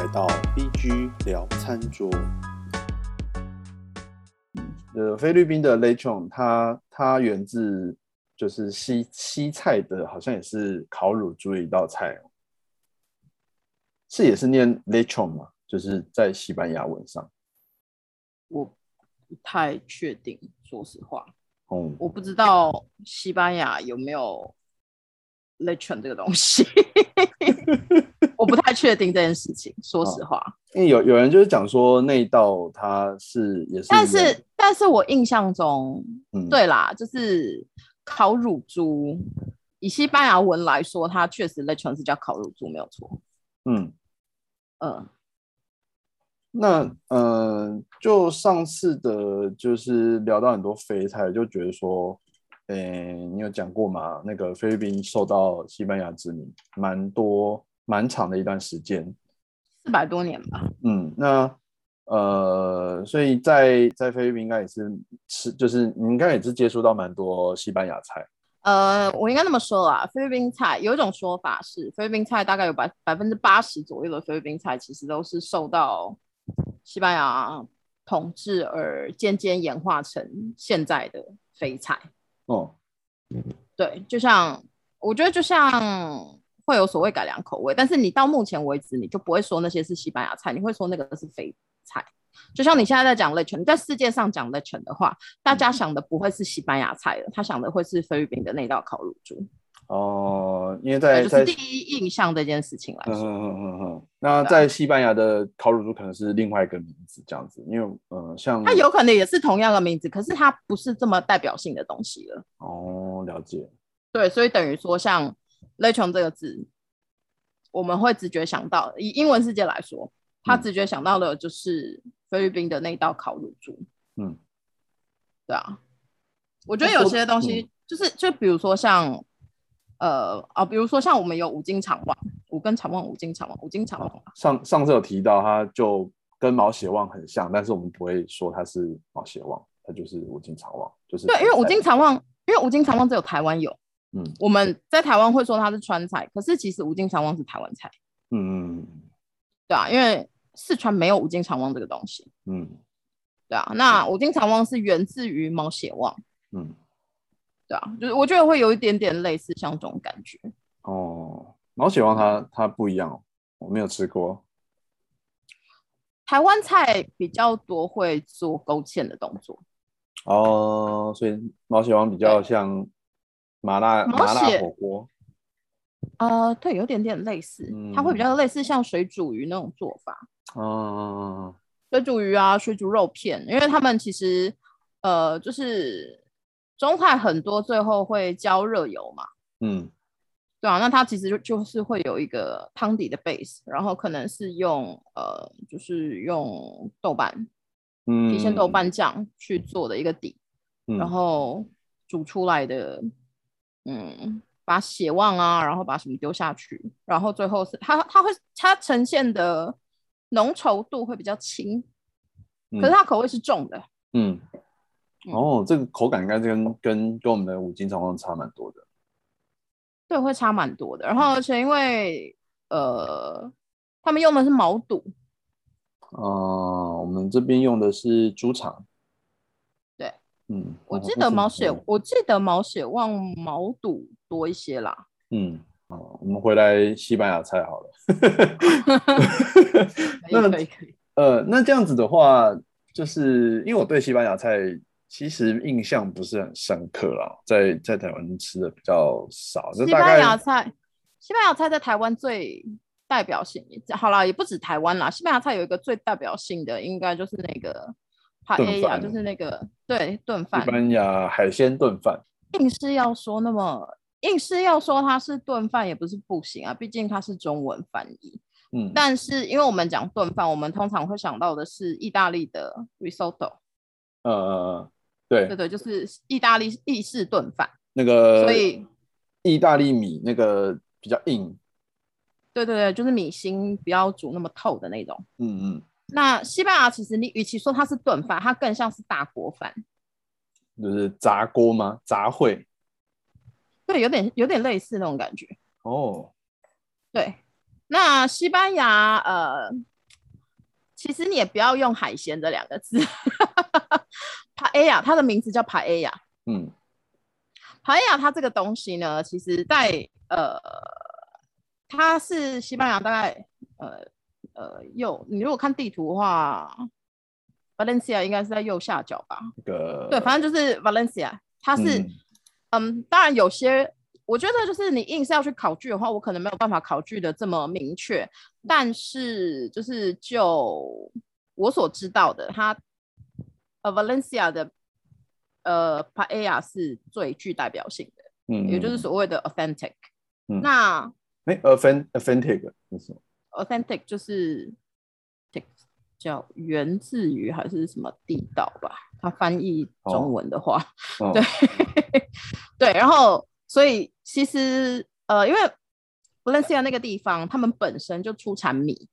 来到 BG 聊餐桌。菲律宾的 lechon 它源自就是西菜的，好像也是烤乳猪的一道菜哦。是也是念 lechon 吗？就是在西班牙文上。 我不太确定，说实话， 嗯， 我不知道西班牙有没有 lechon 这个东西，我不太确定这件事情，说实话。 因为有人就是讲说那一道它也是但是我印象中，对啦，就是烤乳猪，以西班牙文来说，它确实 lechon 是叫烤乳猪，没有错。 那就上次的，就是聊到很多肥菜，就觉得说，你有讲过嘛？那个菲律宾受到西班牙殖民蛮长的一段时间 ，400多年吧。 那所以在菲律宾应该也是就是你应该也是接触到蛮多西班牙菜。 我应该那么说啦，菲律宾菜有一种说法是，菲律宾菜大概有80%左右的菲律宾菜其实都是受到西班牙统治而渐渐演化成现在的菲菜。对，我觉得就像会有所谓改良口味，但是你到目前为止你就不会说那些是西班牙菜，你会说那个是菲菜。就像你现在在讲 lechon， 你在世界上讲 lechon 的话，大家想的不会是西班牙菜了，他想的会是菲律宾的那道烤乳猪。 因为就是第一印象这件事情来说。 那在西班牙的烤乳猪可能是另外一个名字这样子，因为像它有可能也是同样的名字，可是它不是这么代表性的东西了。 了解。 对，所以等于说像 lechon 这个字，我们会直觉想到，以英文世界来说，他直觉想到的就是菲律宾的那道烤乳猪。对啊，我觉得有些东西就比如说像比如说像我们有五根肠旺， 上次有提到它就跟毛血旺很像，但是我们不会说它是毛血旺，它就是五根肠旺，就是对，因为五根肠旺只有台湾有。我们在台湾会说它是川菜，可是其实五根肠旺是台湾菜。对啊，因为四川没有五根肠旺这个东西。对啊，那五根肠旺是源自于毛血旺。对啊，就是我觉得会有一点点类似像这种感觉。 毛血旺它不一样，我没有吃过。 台湾菜比较多会做勾芡的动作。 所以毛血旺比较像麻辣火锅。 对，有点点类似，它会比较类似像水煮鱼那种做法。水煮鱼啊，水煮肉片，因为他们其实就是中菜很多最后会浇热油嘛。对啊，那它其实就是会有一个汤底的 base， 然后可能是就是用豆瓣，郫县豆瓣酱去做的一个底，然后煮出来的，把血旺啊，然后把什么丢下去，然后最后是它呈现的浓稠度会比较轻，可是它口味是重的。 这个口感应该跟我们的五斤肠旺差蛮多的。 对，会差蛮多的。然后而且因为他们用的是毛肚。 我们这边用的是猪肠。 对，我记得毛血旺毛肚多一些啦。 我们回来西班牙菜好了。 可以。 那这样子的话，就是因为我对西班牙菜其实印象不是很深刻啦，在台湾吃的比较少。 西班牙菜在台湾最代表性，好啦，也不止台湾啦，西班牙菜有一个最代表性的，应该就是那个帕埃亚，就是那个对炖饭， 西班牙海鲜炖饭。 硬是要说它是炖饭也不是不行啊，毕竟它是中文翻译。但是因为我们讲炖饭，我们通常会想到的是意大利的 risotto。对，就是意式炖饭。 那个所以意大利米那个比较硬。 对，就是米心不要煮那么透的那种。那西班牙其实你与其说它是炖饭，它更像是大锅饭。 就是炸锅吗？杂烩。 对，有点类似那种感觉。 哦， 对， 那西班牙其实你也不要用海鲜这2个字，paella 它的名字叫 paella。paella 它这个东西呢，其实在它是西班牙大概你如果看地图的话 ，Valencia 应该是在右下角吧？对，反正就是 Valencia， 它是当然有些。我觉得就是你硬是要去考据的话，我可能没有办法考据的这么明确，但是就是就我所知道的，它Valencia 的paella 是最具代表性的，也就是所谓的 authentic。那 authentic 是什么 ？authentic 就是叫源自于还是什么地道吧？它翻译中文的话，对对，然后。所以其实因为 Valencia 那个地方，他们本身就出产米，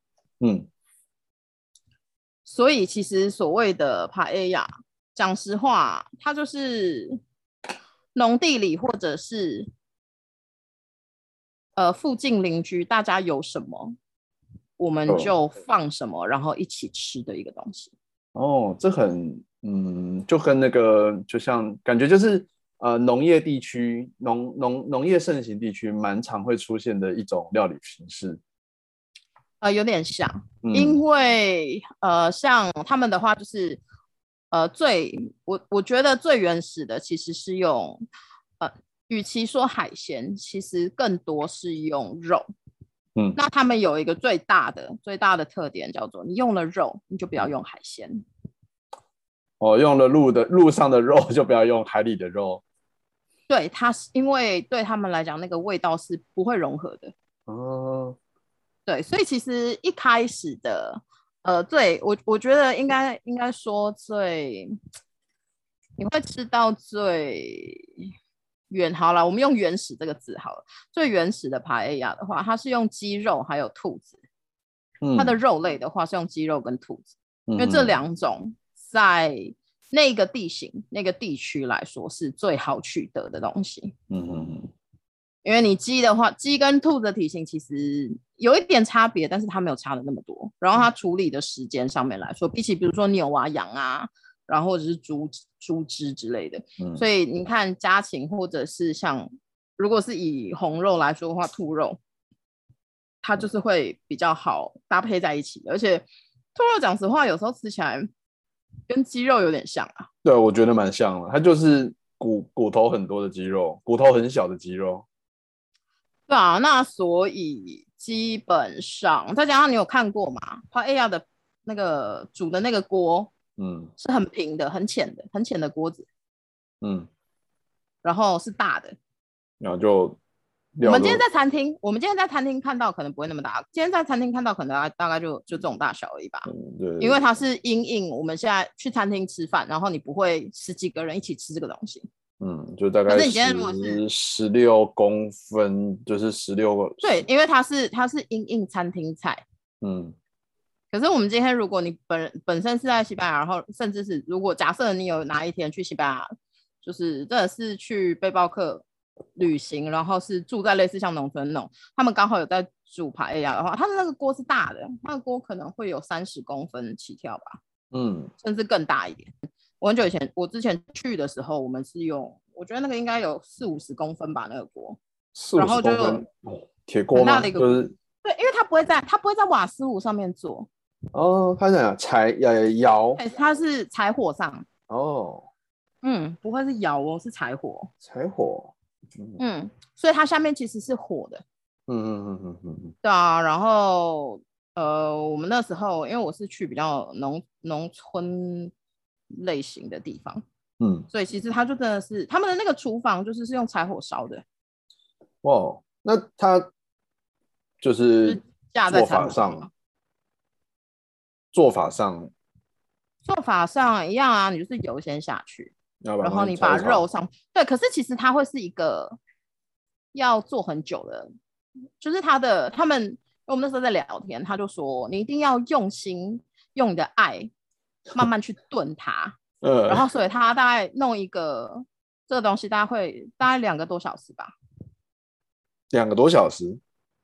所以其实所谓的 paella， 讲实话，它就是农地里或者是附近邻居大家有什么，我们就放什么，然后一起吃的一个东西。 这很就跟那个就像感觉就是。农业地区、农业盛行地区，蛮常会出现的一种料理形式。 有点像，因为像他们的话，就是我觉得最原始的其实是用与其说海鲜，其实更多是用肉。那他们有一个最大的特点叫做，你用了肉，你就不要用海鲜。 用了路上的肉，就不要用海里的肉。 对，它是因为对他们来讲，那个味道是不会融合的。对，所以其实一开始的，我觉得应该说你会吃到好了，我们用原始这个字好了。最原始的paella的话，它是用鸡肉还有兔子。它的肉类的话是用鸡肉跟兔子，因为这2种在那个地形、那个地区来说是最好取得的东西。因为你鸡的话，鸡跟兔子的体型其实有一点差别，但是它没有差的那么多。然后它处理的时间上面来说，比起比如说牛啊、羊啊，然后或者是猪只之类的，所以你看家禽或者是像如果是以红肉来说的话，兔肉它就是会比较好搭配在一起，而且兔肉讲实话，有时候吃起来跟鸡肉有点像啊。 对，我觉得蛮像的，它就是骨头很多的鸡肉，骨头很小的鸡肉。 对啊，那所以基本上再加上你有看过吗？paella的那个煮的那个锅，是很平的、很浅的锅子，然后是大的， 然后就我们今天在餐厅看到可能不会那么大，今天在餐厅看到可能大概就这种大小而已吧。 对， 因为它是因应我们现在去餐厅吃饭，然后你不会10几个人一起吃这个东西。 就大概16公分，就是16个。 对，因为它是因应餐厅菜。可是我们今天如果你本身是在西班牙，然后甚至是如果假设你有哪一天去西班牙，就是真的是去背包客旅行，然后是住在类似像农村那种，他们刚好有在煮paella的话，他的那个锅是大的，那个锅可能会有30公分起跳吧，甚至更大一点。我之前去的时候，我们是用，我觉得那个应该有40-50公分吧，那个锅 ，40-50公分，铁锅吗？就是对，因为它不会在瓦斯炉上面做。 它是窑， 它是柴火上。不会是窑哦，是柴火。所以它下面其实是火的。对啊，然后我们那时候因为我是去比较农村类型的地方，所以其实它就真的是他们的那个厨房就是用柴火烧的。 哇，那它就是做法上一样啊，你就是油先下去，然后你把肉上，对，可是其实它会是一个要做很久的，就是他们我们那时候在聊天，他就说你一定要用心用你的爱慢慢去炖它，然后所以他大概弄一个这个东西大概2个多小时吧。 2个多小时？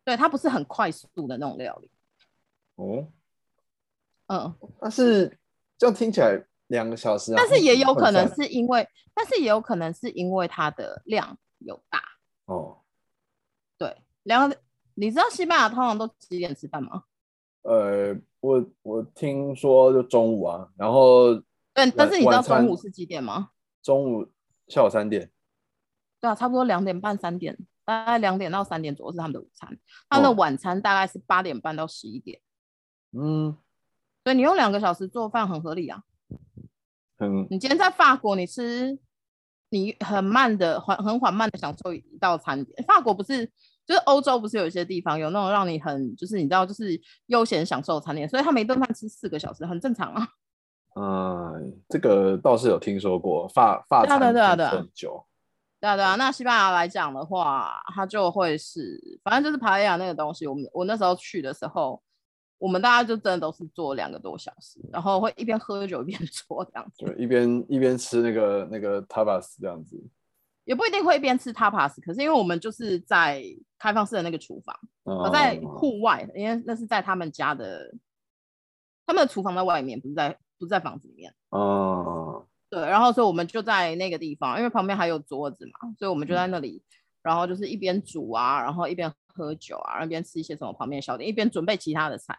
对，它不是很快速的那种料理。 哦，但是这样听起来2个小时， 但是也有可能是因为，它的量有大。 哦， 对，你知道西班牙通常都几点吃饭吗？ 我听说就中午啊，然后对，但是你知道中午是几点吗？ 中午下午3点。 对啊，差不多2点半3点，大概2点到3点左右是他们的午餐，他们的晚餐大概是8点半到11点。 嗯， 所以你用2个小时做饭很合理啊。你今天在法国，你很慢的很缓慢的享受一道餐点。法国不是就是欧洲不是有一些地方有那种让你很就是你知道就是悠闲享受的餐点，所以他们一顿饭吃4个小时很正常啊。 这个倒是有听说过，法餐可以吃很久。 对啊，那西班牙来讲的话，它就会是反正就是帕耶亚那个东西，我那时候去的时候，我们大家就真的都是做2个多小时，然后会一边喝酒一边做这样子， 就一边吃那个 tapas 这样子， 也不一定会一边吃 tapas， 可是因为我们就是在开放式的那个厨房，在户外，因为那是在他们家的，他们的厨房在外面，不是在房子里面。对，然后所以我们就在那个地方，因为旁边还有桌子嘛，所以我们就在那里，然后就是一边煮啊，然后一边喝酒啊，然后一边吃一些什么旁边的小点，一边准备其他的菜。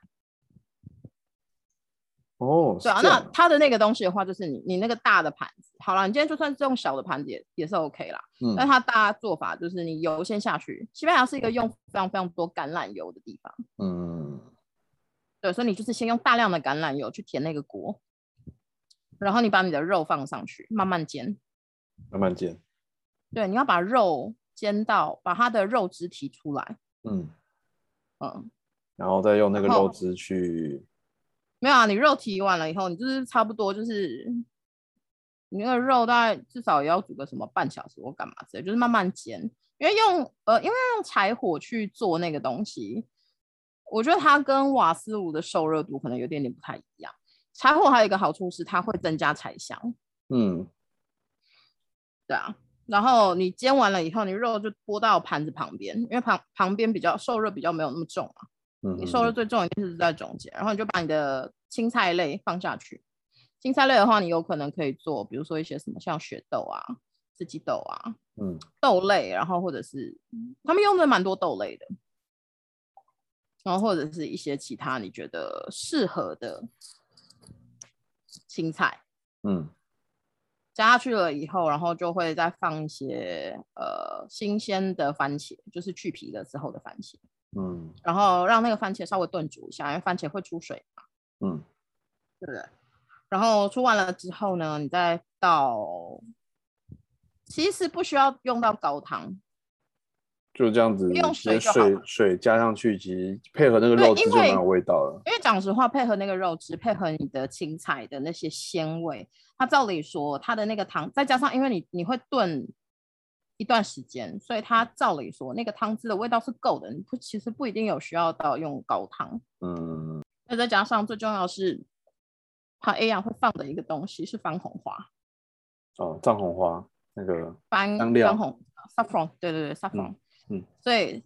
对啊，那它的那个东西的话，就是你那个大的盘子，好了，你今天就算是用小的盘子也是 OK 啦。但它大做法就是你油先下去，西班牙是一个用非常非常多橄榄油的地方。对，所以你就是先用大量的橄榄油去填那个锅。然后你把你的肉放上去，慢慢煎。对，你要把肉煎到把它的肉汁提出来。 然后再用那个肉汁去。 没有啊，你肉提完了以后，你就是差不多就是你那个肉大概至少也要煮个什么半小时或干嘛之类，就是慢慢煎。因为用柴火去做那个东西，我觉得它跟瓦斯炉的受热度可能有点不太一样。柴火还有一个好处是它会增加柴香。对啊，然后你煎完了以后，你肉就拨到盘子旁边，因为旁边比较受热比较没有那么重嘛。你受热最重一定是在中间，然后你就把你的青菜类放下去。青菜类的话，你有可能可以做，比如说一些什么像雪豆啊、四季豆啊，豆类，然后或者是他们用的蛮多豆类的。然后或者是一些其他你觉得适合的青菜，加下去了以后，然后就会再放一些新鲜的番茄，就是去皮了之后的番茄，然后让那个番茄稍微炖煮一下，因为番茄会出水嘛，对不对？然后出完了之后呢，你再倒，其实不需要用到高汤。 就这样子， 用水就好， 水加上去，其实配合那个肉汁就蛮有味道了。 因为讲实话，配合那个肉汁，配合你的青菜的那些鲜味，它照理说，它的那个汤，再加上因为你会炖一段时间，所以它照理说那个汤汁的味道是够的。你其实不一定有需要到用高汤。那再加上最重要的是，它 A 样会放的一个东西是番红花。 藏红花那个番红 saffron， 对 saffron。所以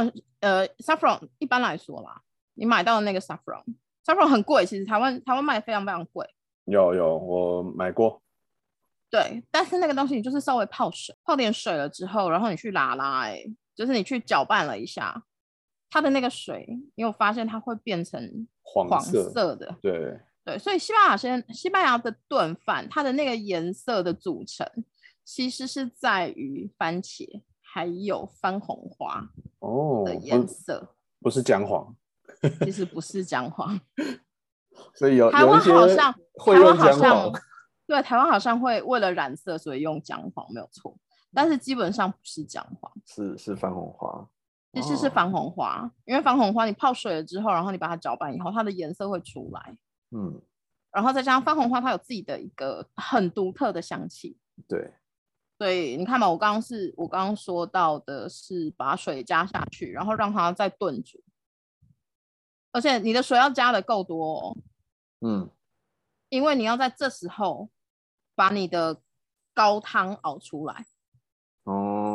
saffron 一般来说啦，你买到的那个 saffron 很贵，其实台湾卖非常非常贵。 有我买过。 对，但是那个东西你就是稍微泡点水了之后，然后你去拉，就是你去搅拌了一下，它的那个水，你有发现它会变成黄色的。对，所以西班牙的炖饭，它的那个颜色的组成，其实是在于番茄。还有番红花的颜色， 不是姜黄。 其实不是姜黄， 所以有台湾好像会用姜黄。 对，台湾好像会为了染色所以用姜黄，没有错，但是基本上不是姜黄， 是番红花。 其实是番红花，因为番红花你泡水了之后，然后你把它搅拌以后，它的颜色会出来。然后再加上番红花，它有自己的一个很独特的香气。 对。 所以你看嘛，我刚刚说到的是把水加下去，然后让它再炖煮，而且你的水要加的够多因为你要在这时候把你的高汤熬出来。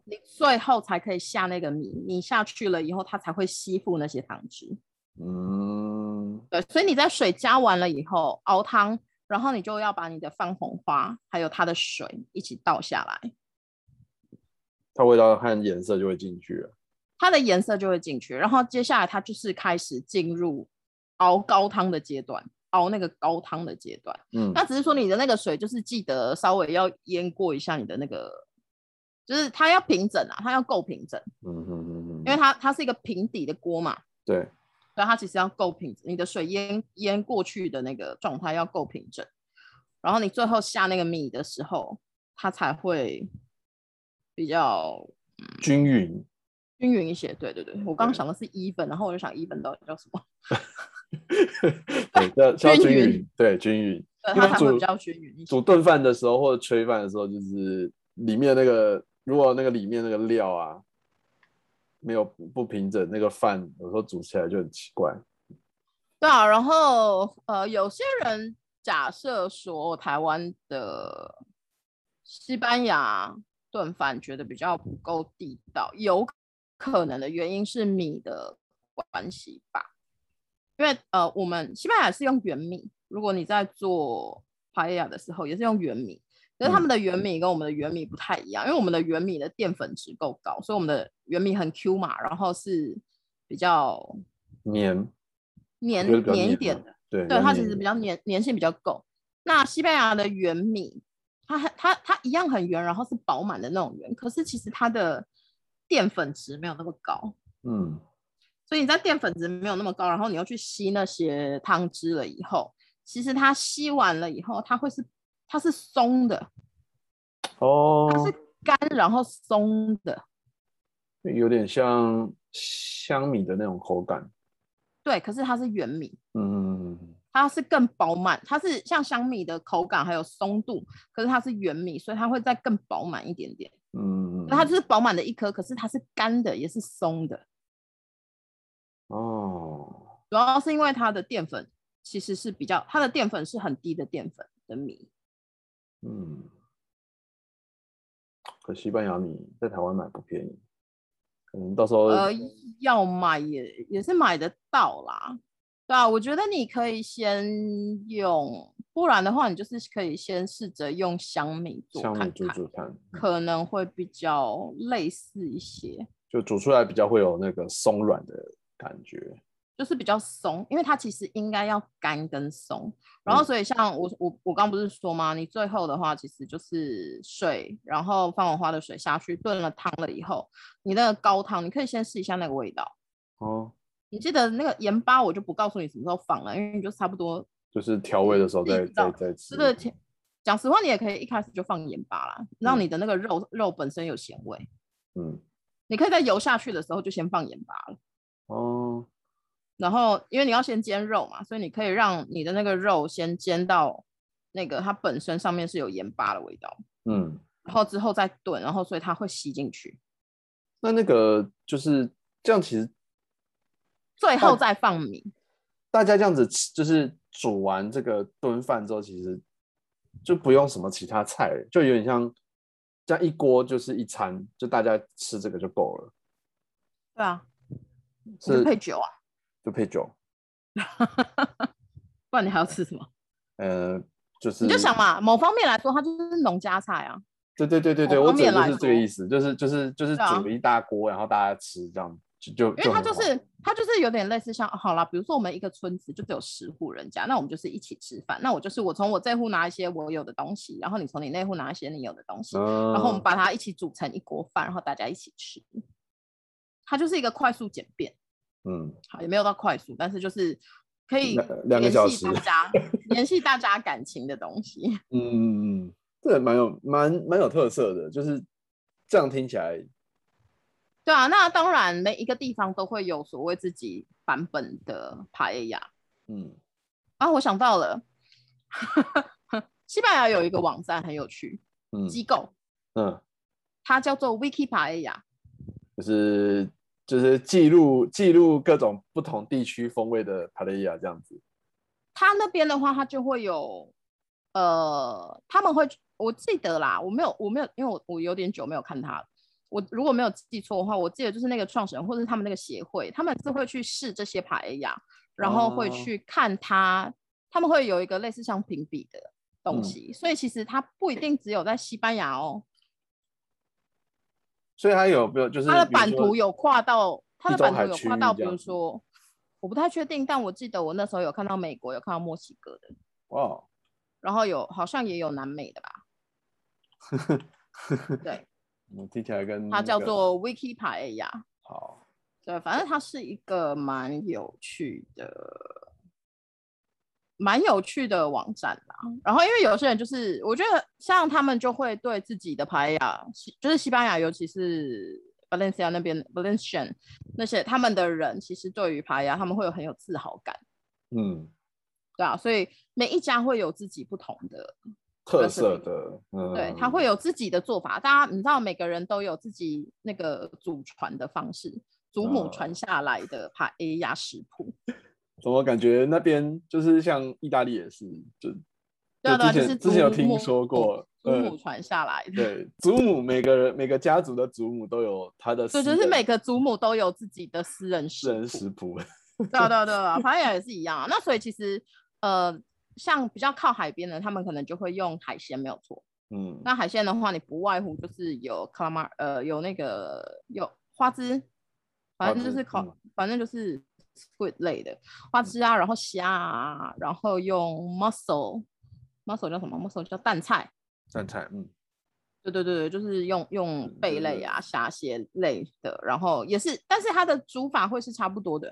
你最后才可以下那个米，你下去了以后，它才会吸附那些汤汁。对，所以你在水加完了以后熬汤，然后你就要把你的番红花还有它的水一起倒下来， 它味道和颜色就会进去了。 它的颜色就会进去，然后接下来它就是开始进入熬高汤的阶段，熬那个高汤的阶段。那只是说你的那个水就是记得稍微要淹过一下你的那个，就是它要平整啊，它要够平整。因为它是一个平底的锅嘛。 对， 所以它其实要够平整，你的水淹过去的那个状态要够平整，然后你最后下那个米的时候，它才会比较均匀一些。对对对，我刚刚想的是even，然后我就想even到底叫什么？ 对，叫均匀，对，均匀， 对，它才会比较均匀一些。 煮炖饭的时候或者炊饭的时候，就是里面那个，如果那个里面那个料啊没有不平整，那个饭有时候煮起来就很奇怪。 对啊，然后有些人假设说台湾的西班牙炖饭觉得比较不够地道，有可能的原因是米的关系吧。因为我们西班牙是用原米，如果你在做帕亚的时候也是用原米，可是他们的原米跟我们的原米不太一样，因为我们的原米的淀粉值够高，所以我们的原米很 Q 嘛，然后是比较黏一点的。 对， 它其实比较粘性比较够。那西班牙的原米，它一样很圆，然后是饱满的那种圆，可是其实它的淀粉值没有那么高。所以你在淀粉值没有那么高，然后你又去吸那些汤汁了以后，其实它吸完了以后，它是松的。它是干然后松的， 有点像香米的那种口感。 对，可是它是原米。它是更饱满，它是像香米的口感还有松度，可是它是原米，所以它会再更饱满一点点。它就是饱满的一颗，可是它是干的，也是松的。主要是因为它的淀粉其实是比较，它的淀粉是很低的淀粉的米。 可西班牙米在台湾买不便宜，可能到时候要买也是买得到啦。对啊，我觉得你可以先用，不然的话你就是可以先试着用香米做看看，可能会比较类似一些， 就煮出来比较会有那个松软的感觉， 就是比较松，因为它其实应该要干跟松。然后所以像我刚不是说吗？你最后的话其实就是水，然后番红花的水下去炖了汤了以后，你那个高汤你可以先试一下那个味道。你记得那个盐巴我就不告诉你什么时候放了，因为你就差不多就是调味的时候再吃。 对，讲实话你也可以一开始就放盐巴啦，让你的那个肉本身有咸味。你可以在油下去的时候就先放盐巴了。然后因为你要先煎肉嘛，所以你可以让你的那个肉先煎到那个它本身上面是有盐巴的味道。然后之后再炖，然后所以它会吸进去。 那个就是这样，其实最后再放米。 大家这样子就是煮完这个炖饭之后，其实就不用什么其他菜了，就有点像这样一锅就是一餐，就大家吃这个就够了。 对啊，就配酒啊， 就配酒。 不然你还要吃什么？ 就是你就想嘛，某方面来说，它就是农家菜啊。 对，我指的就是这个意思，就是煮一大锅，然后大家吃这样。因为它就是有点类似像好啦，比如说我们一个村子就只有10户人家，那我们就是一起吃饭。那我从我这户拿一些我有的东西，然后你从你那户拿一些你有的东西，然后我们把它一起煮成一锅饭，然后大家一起吃。它就是一个快速简便，好也没有到快速，但是就是可以 2个小时联系大家感情的东西。 这蛮有特色的，就是这样听起来。 对啊，那当然每一个地方都会有所谓自己版本的帕耶亚。我想到了，西班牙有一个网站很有趣，机构，它叫做 Wiki 帕耶亚， 就是记录各种不同地区风味的帕耶亚这样子。 它那边的话，它就会有，他们会，我记得啦，我没有，因为我有点久没有看它了。 我如果没有记错的话，我记得就是那个创始人或者是他们那个协会，他们是会去试这些帕埃亚，然后会去看他们会有一个类似像评比的东西，所以其实它不一定只有在西班牙哦。 所以它有没有就是它的版图有跨到，比如说我不太确定，但我记得我那时候有看到美国，有看到墨西哥的，哇，然后好像也有南美的吧。对， 我听起来跟它叫做 Wiki Paella。 好， 对，反正它是一个蛮有趣的网站啦。然后因为有些人就是我觉得像他们就会对自己的排亚，就是西班牙尤其是 Valencia 那边 Valencian 那些他们的人其实对于排亚他们会有很有自豪感。对啊，所以每一家会有自己不同的特色的， 对，他会有自己的做法。大家你知道每个人都有自己那个祖传的方式，祖母传下来的排亚食谱。 怎么感觉那边就是像意大利也是， 就是之前有听说过， 祖母传下来的。 对，祖母每个家族的祖母都有他的， 对，就是每个祖母都有自己的私人食谱。对啊，排亚也是一样啊。那所以其实像比较靠海边的，他们可能就会用海鲜，没有错。那海鲜的话，你不外乎就是有有那个有花枝，反正就是 squid 类的花枝啊，然后虾啊，然后用 mussel 叫什么 ？mussel 叫淡菜。对，就是用贝类啊、虾蟹类的，然后也是，但是它的煮法会是差不多的。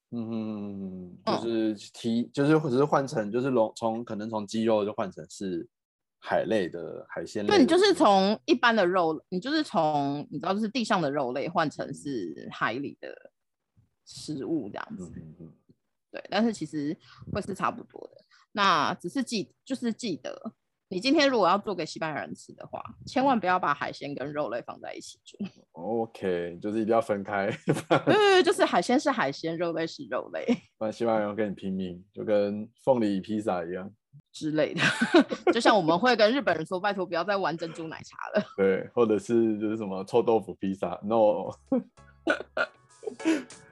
就是就是或者是换成就是可能从鸡肉就换成是海类的海鲜类的。 对，你就是从一般的肉，你就是从你知道就是地上的肉类换成是海里的食物这样子。对，但是其实会是差不多的。那只是记得，你今天如果要做给西班牙人吃的话，千万不要把海鲜跟肉类放在一起煮。 OK， 就是一定要分开。 对，就是海鲜是海鲜，肉类是肉类。 不然西班牙人跟你拼命，就跟凤梨披萨一样之类的。就像我们会跟日本人说，拜托不要再玩珍珠奶茶了。 对，或者是就是什么臭豆腐披萨 ，No。